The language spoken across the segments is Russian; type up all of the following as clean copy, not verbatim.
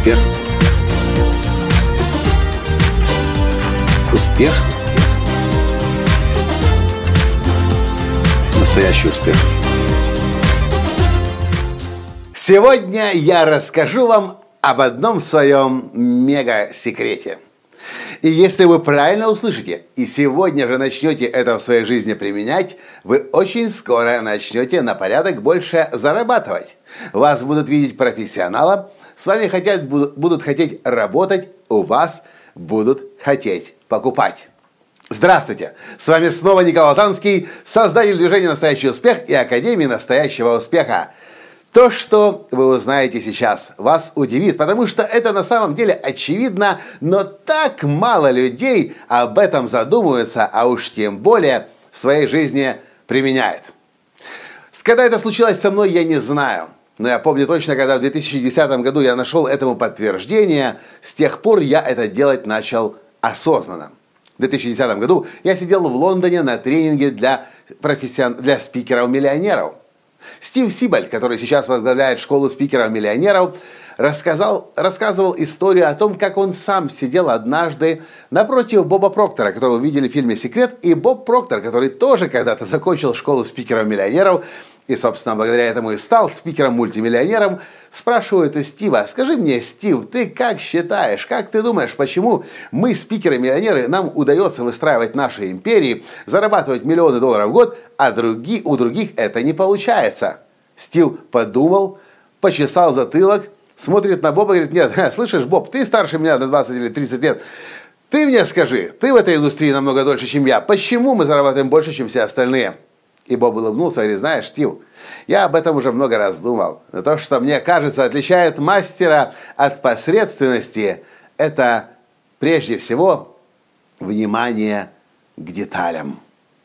Успех. Успех. Настоящий успех. Сегодня я расскажу вам об одном своем мега-секрете. И если вы правильно услышите и сегодня же начнете это в своей жизни применять, вы очень скоро начнете на порядок больше зарабатывать. Вас будут видеть профессионалом, с вами будут хотеть работать, у вас будут хотеть покупать. Здравствуйте! С вами снова Николай Латанский, создатель движения «Настоящий успех» и Академии настоящего успеха. То, что вы узнаете сейчас, вас удивит, потому что это на самом деле очевидно, но так мало людей об этом задумываются, а уж тем более в своей жизни применяет. Когда это случилось со мной, я не знаю. Но я помню точно, когда в 2010 году я нашел этому подтверждение, с тех пор я это делать начал осознанно. В 2010 году я сидел в Лондоне на тренинге для спикеров-миллионеров. Стив Сибальд, который сейчас возглавляет школу спикеров-миллионеров, рассказывал историю о том, как он сам сидел однажды напротив Боба Проктора, которого вы видели в фильме «Секрет», и Боб Проктор, который тоже когда-то закончил школу спикеров-миллионеров, и, собственно, благодаря этому и стал спикером-мультимиллионером, спрашивают у Стива: «Скажи мне, Стив, ты как считаешь, как ты думаешь, почему мы, спикеры-миллионеры, нам удается выстраивать наши империи, зарабатывать миллионы долларов в год, а у других это не получается?» Стив подумал, почесал затылок, смотрит на Боба и говорит: «Нет, слышишь, Боб, ты старше меня на 20 или 30 лет. Ты мне скажи, ты в этой индустрии намного дольше, чем я. Почему мы зарабатываем больше, чем все остальные?» И Боб улыбнулся и говорит: «Знаешь, Стив, я об этом уже много раз думал. Но то, что мне кажется, отличает мастера от посредственности, это прежде всего внимание к деталям».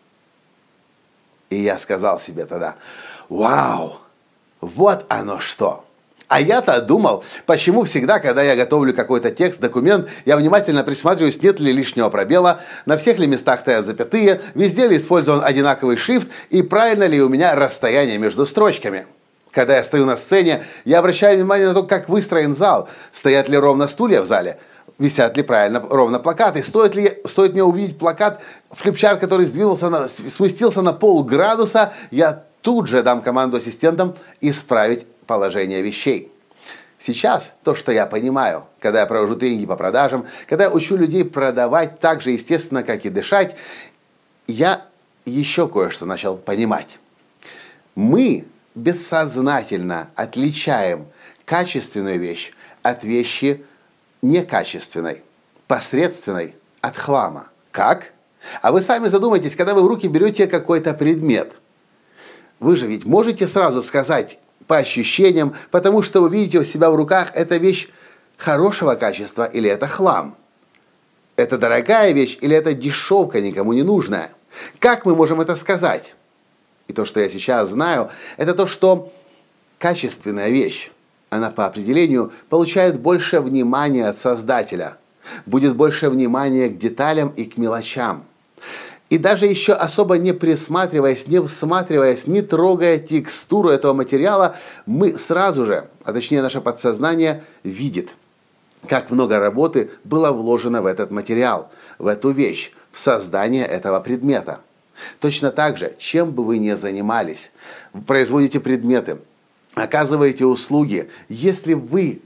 И я сказал себе тогда: «Вау, вот оно что!» А я-то думал, почему всегда, когда я готовлю какой-то текст, документ, я внимательно присматриваюсь, нет ли лишнего пробела, на всех ли местах стоят запятые, везде ли использован одинаковый шрифт и правильно ли у меня расстояние между строчками. Когда я стою на сцене, я обращаю внимание на то, как выстроен зал, стоят ли ровно стулья в зале, висят ли правильно ровно плакаты, стоит мне увидеть плакат, флипчарт, который сместился на полградуса, я тут же дам команду ассистентам исправить положение вещей. Сейчас то, что я понимаю, когда я провожу тренинги по продажам, когда я учу людей продавать так же естественно, как и дышать, я еще кое-что начал понимать. Мы бессознательно отличаем качественную вещь от вещи некачественной, посредственной от хлама. Как? А вы сами задумайтесь, когда вы в руки берете какой-то предмет. Вы же ведь можете сразу сказать по ощущениям, потому что вы видите у себя в руках, это вещь хорошего качества или это хлам. Это дорогая вещь или это дешевка, никому не нужная. Как мы можем это сказать? И то, что я сейчас знаю, это то, что качественная вещь, она по определению получает больше внимания от создателя, будет больше внимания к деталям и к мелочам. И даже еще особо не присматриваясь, не всматриваясь, не трогая текстуру этого материала, мы сразу же, а точнее наше подсознание, видит, как много работы было вложено в этот материал, в эту вещь, в создание этого предмета. Точно так же, чем бы вы ни занимались, производите предметы, оказываете услуги, если вы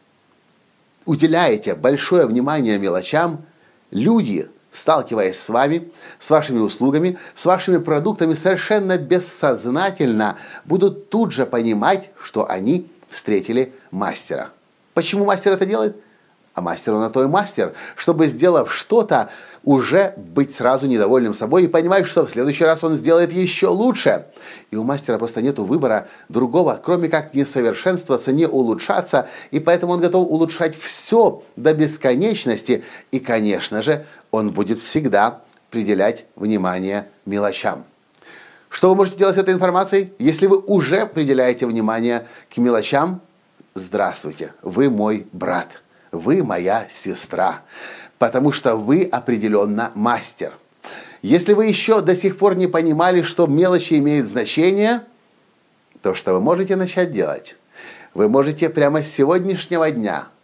уделяете большое внимание мелочам, люди, сталкиваясь с вами, с вашими услугами, с вашими продуктами, совершенно бессознательно будут тут же понимать, что они встретили мастера. Почему мастер это делает? А мастер он на то и мастер, чтобы, сделав что-то, уже быть сразу недовольным собой и понимать, что в следующий раз он сделает еще лучше. И у мастера просто нет выбора другого, кроме как не совершенствоваться, не улучшаться, и поэтому он готов улучшать все до бесконечности. И, конечно же, он будет всегда уделять внимание мелочам. Что вы можете делать с этой информацией? Если вы уже уделяете внимание к мелочам, здравствуйте, вы мой брат. Вы моя сестра, потому что вы определенно мастер. Если вы еще до сих пор не понимали, что мелочи имеют значение, то что вы можете начать делать? Вы можете прямо с сегодняшнего дня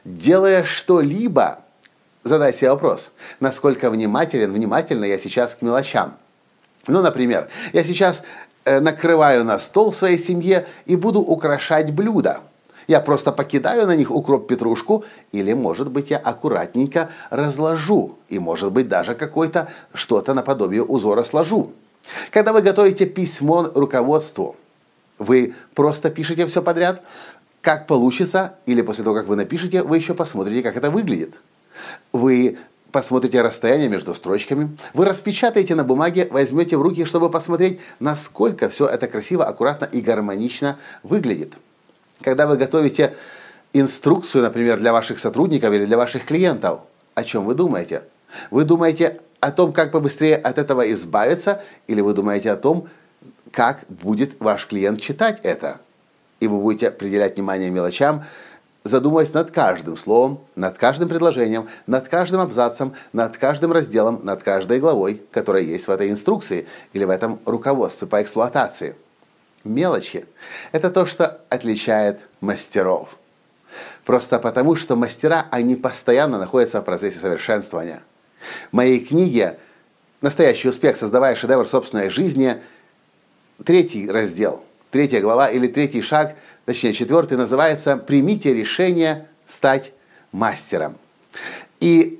Делая что-либо, задай себе вопрос, насколько внимательно я сейчас к мелочам. Ну, например, я сейчас накрываю на стол в своей семье и буду украшать блюда. Я просто покидаю на них укроп-петрушку, или, может быть, я аккуратненько разложу, и, может быть, даже какое-то что-то наподобие узора сложу. Когда вы готовите письмо руководству, вы просто пишете все подряд, как получится, или после того, как вы напишете, вы еще посмотрите, как это выглядит. Вы посмотрите расстояние между строчками, вы распечатаете на бумаге, возьмете в руки, чтобы посмотреть, насколько все это красиво, аккуратно и гармонично выглядит. Когда вы готовите инструкцию, например, для ваших сотрудников или для ваших клиентов, о чем вы думаете? Вы думаете о том, как побыстрее от этого избавиться, или вы думаете о том, как будет ваш клиент читать это? И вы будете определять внимание мелочам, задумываясь над каждым словом, над каждым предложением, над каждым абзацем, над каждым разделом, над каждой главой, которая есть в этой инструкции или в этом руководстве по эксплуатации. Мелочи – это то, что отличает мастеров. Просто потому, что мастера, они постоянно находятся в процессе совершенствования. В моей книге «Настоящий успех. Создавая шедевр собственной жизни» 3 раздел, 3 глава или 3 шаг, точнее 4, называется «Примите решение стать мастером». И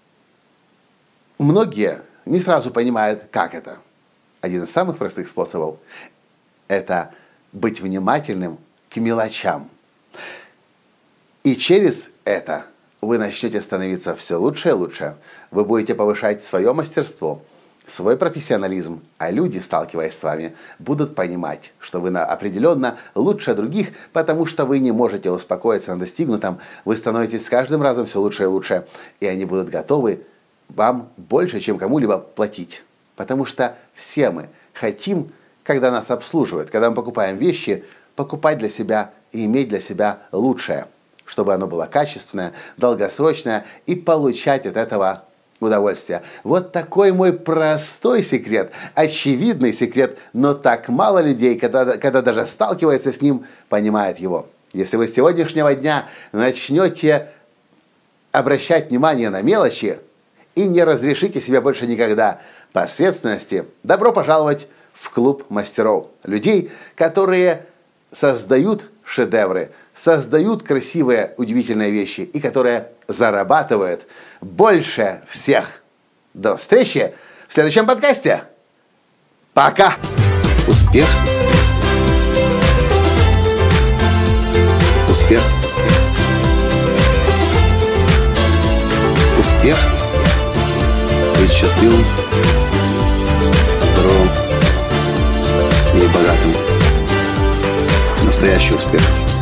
многие не сразу понимают, как это. Один из самых простых способов – это быть внимательным к мелочам. И через это вы начнете становиться все лучше и лучше. Вы будете повышать свое мастерство, свой профессионализм, а люди, сталкиваясь с вами, будут понимать, что вы определенно лучше других, потому что вы не можете успокоиться на достигнутом, вы становитесь с каждым разом все лучше и лучше, и они будут готовы вам больше, чем кому-либо платить. Потому что все мы хотим, когда нас обслуживают, когда мы покупаем вещи, покупать для себя и иметь для себя лучшее, чтобы оно было качественное, долгосрочное и получать от этого удовольствие. Вот такой мой простой секрет, очевидный секрет, но так мало людей, когда даже сталкивается с ним, понимает его. Если вы с сегодняшнего дня начнете обращать внимание на мелочи и не разрешите себе больше никогда посредственности, добро пожаловать в клуб мастеров. Людей, которые создают шедевры, создают красивые, удивительные вещи и которые зарабатывают больше всех. До встречи в следующем подкасте. Пока! Успех. Успех. Успех. Быть счастливым, здоровым и богатым. Настоящий успех.